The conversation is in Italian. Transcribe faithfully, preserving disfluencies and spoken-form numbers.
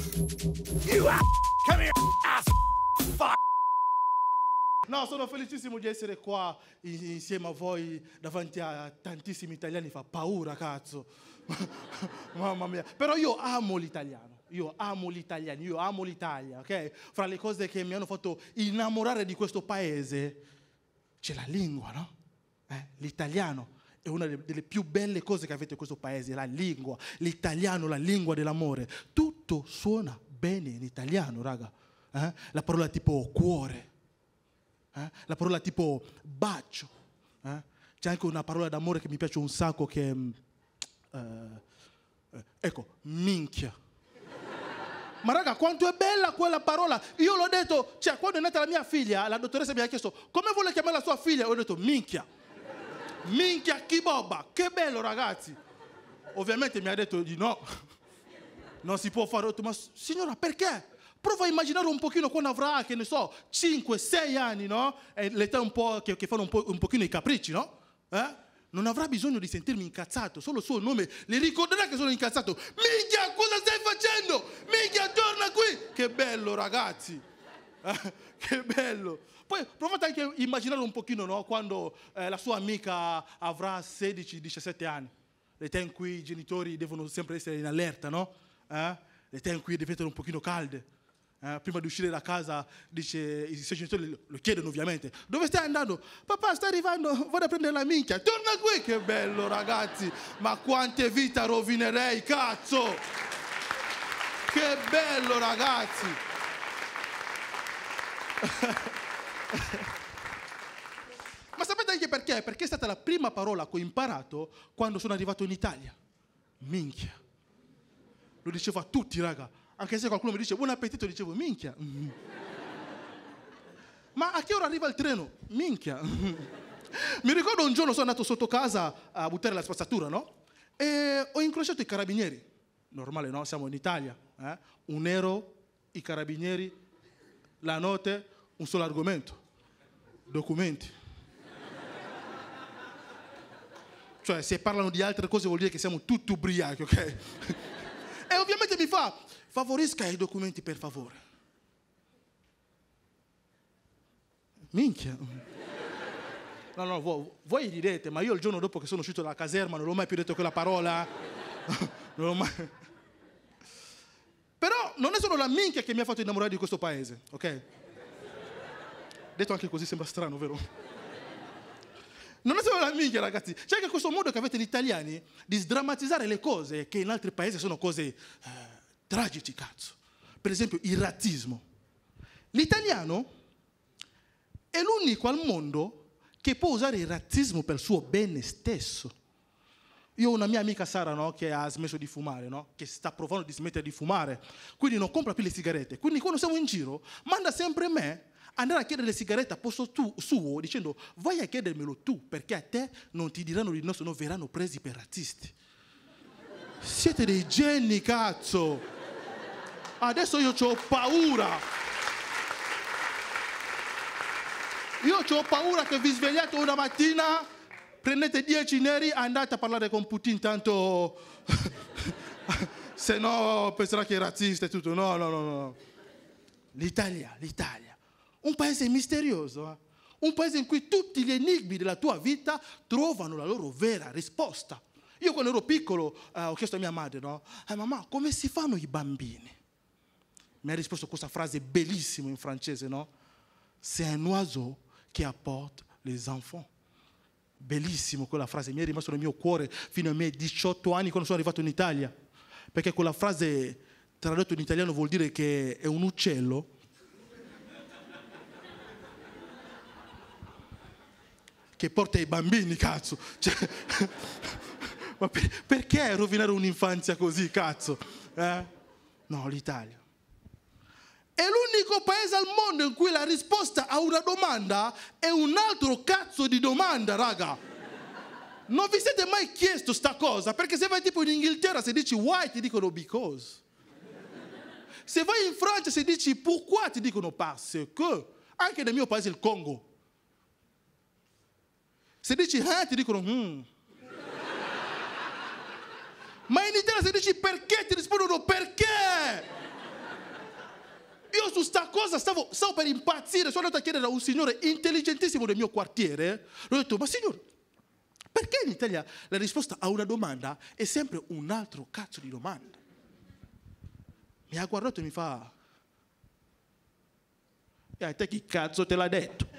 You ass. Come here, ass. Fuck. No, sono felicissimo di essere qua insieme a voi davanti a tantissimi italiani, fa paura, cazzo. Mamma mia. Però io amo l'italiano, io amo gli italiani, io amo l'Italia, ok? Fra le cose che mi hanno fatto innamorare di questo paese c'è la lingua, no? Eh? L'italiano è una delle più belle cose che avete in questo paese, la lingua, l'italiano, la lingua dell'amore. Tutto suona bene in italiano, raga. Eh? La parola tipo cuore. Eh? La parola tipo bacio, eh? C'è anche una parola d'amore che mi piace un sacco che è, uh, eh, ecco, minchia. Ma raga, quanto è bella quella parola! Io l'ho detto, cioè quando è nata la mia figlia, la dottoressa mi ha chiesto come vuole chiamare la sua figlia, ho detto minchia. Minchia Kibobba, che bello ragazzi. Ovviamente mi ha detto di no, non si può fare. Ho detto, ma signora perché? Prova a immaginare un pochino quando avrà, che ne so, cinque sei anni, no? E l'età un po' che, che fanno un, po', un pochino i capricci, no? Eh? Non avrà bisogno di sentirmi incazzato, solo il suo nome le ricorderà che sono incazzato. Minchia, cosa stai facendo? Minchia, torna qui! Che bello, ragazzi! Eh? Che bello! Poi provate anche a immaginare un pochino, no? Quando eh, la sua amica avrà sedici diciassette anni, l'età in cui i genitori devono sempre essere in allerta, no? Eh? L'età in cui diventano un pochino calde. Eh, prima di uscire da casa, dice, i suoi genitori lo chiedono ovviamente. Dove stai andando? Papà, sta arrivando, vado a prendere la minchia. Torna qui! Che bello, ragazzi! Ma quante vite rovinerei, cazzo! Che bello, ragazzi! Ma sapete anche perché? Perché è stata la prima parola che ho imparato quando sono arrivato in Italia. Minchia. Lo dicevo a tutti, raga. Anche se qualcuno mi dice buon appetito, dicevo minchia. Ma a che ora arriva il treno? Minchia. Mi ricordo un giorno sono andato sotto casa a buttare la spazzatura, no? E ho incrociato i carabinieri. Normale, no? Siamo in Italia. Eh? Un nero, i carabinieri, la notte, un solo argomento. Documenti. Cioè, se parlano di altre cose vuol dire che siamo tutti ubriachi, ok? E ovviamente mi fa, favorisca i documenti per favore. Minchia. No, no, voi, voi direte, ma io il giorno dopo che sono uscito dalla caserma non l'ho mai più detto quella parola. Non l'ho mai... Però non è solo la minchia che mi ha fatto innamorare di questo paese, ok? Detto anche così sembra strano, vero? Non è solo la minchia, ragazzi. C'è anche questo modo che avete gli italiani di sdrammatizzare le cose che in altri paesi sono cose eh, tragici, cazzo. Per esempio, il razzismo. L'italiano è l'unico al mondo che può usare il razzismo per il suo bene stesso. Io ho una mia amica Sara, no, che ha smesso di fumare, no, che sta provando di smettere di fumare, quindi non compra più le sigarette. Quindi quando siamo in giro, manda sempre me andare a chiedere le sigarette a posto tu, suo, dicendo vai a chiedermelo tu, perché a te non ti diranno di no, se no verranno presi per razzisti. Siete dei geni, cazzo! Adesso io ho paura! Io ho paura che vi svegliate una mattina, prendete dieci neri, andate a parlare con Putin, tanto se no penserà che è razzista e tutto. No, no, no, no. L'Italia, l'Italia. Un paese misterioso, eh? Un paese in cui tutti gli enigmi della tua vita trovano la loro vera risposta. Io quando ero piccolo eh, ho chiesto a mia madre, no? Eh, mamma, come si fanno i bambini? Mi ha risposto questa frase bellissima in francese, no? C'est un oiseau qui apporte les enfants. Bellissimo quella frase, mi è rimasto nel mio cuore fino ai miei diciotto anni quando sono arrivato in Italia. Perché quella frase tradotto in italiano vuol dire che è un uccello che porta i bambini, cazzo. Cioè, ma per, perché rovinare un'infanzia così, cazzo? Eh? No, l'Italia. È l'unico paese al mondo in cui la risposta a una domanda è un altro cazzo di domanda, raga. Non vi siete mai chiesto sta cosa? Perché se vai tipo in Inghilterra, se dici why, ti dicono because. Se vai in Francia, se dici pourquoi, ti dicono parce que. Anche nel mio paese, il Congo. Se dici eh, ti dicono hmm. Ma in Italia se dici perché, ti rispondono perché. su sta cosa stavo, stavo per impazzire, sono andato a chiedere a un signore intelligentissimo del mio quartiere, l'ho detto, ma signore, perché in Italia la risposta a una domanda è sempre un altro cazzo di domanda? Mi ha guardato e mi fa, e a te chi cazzo te l'ha detto?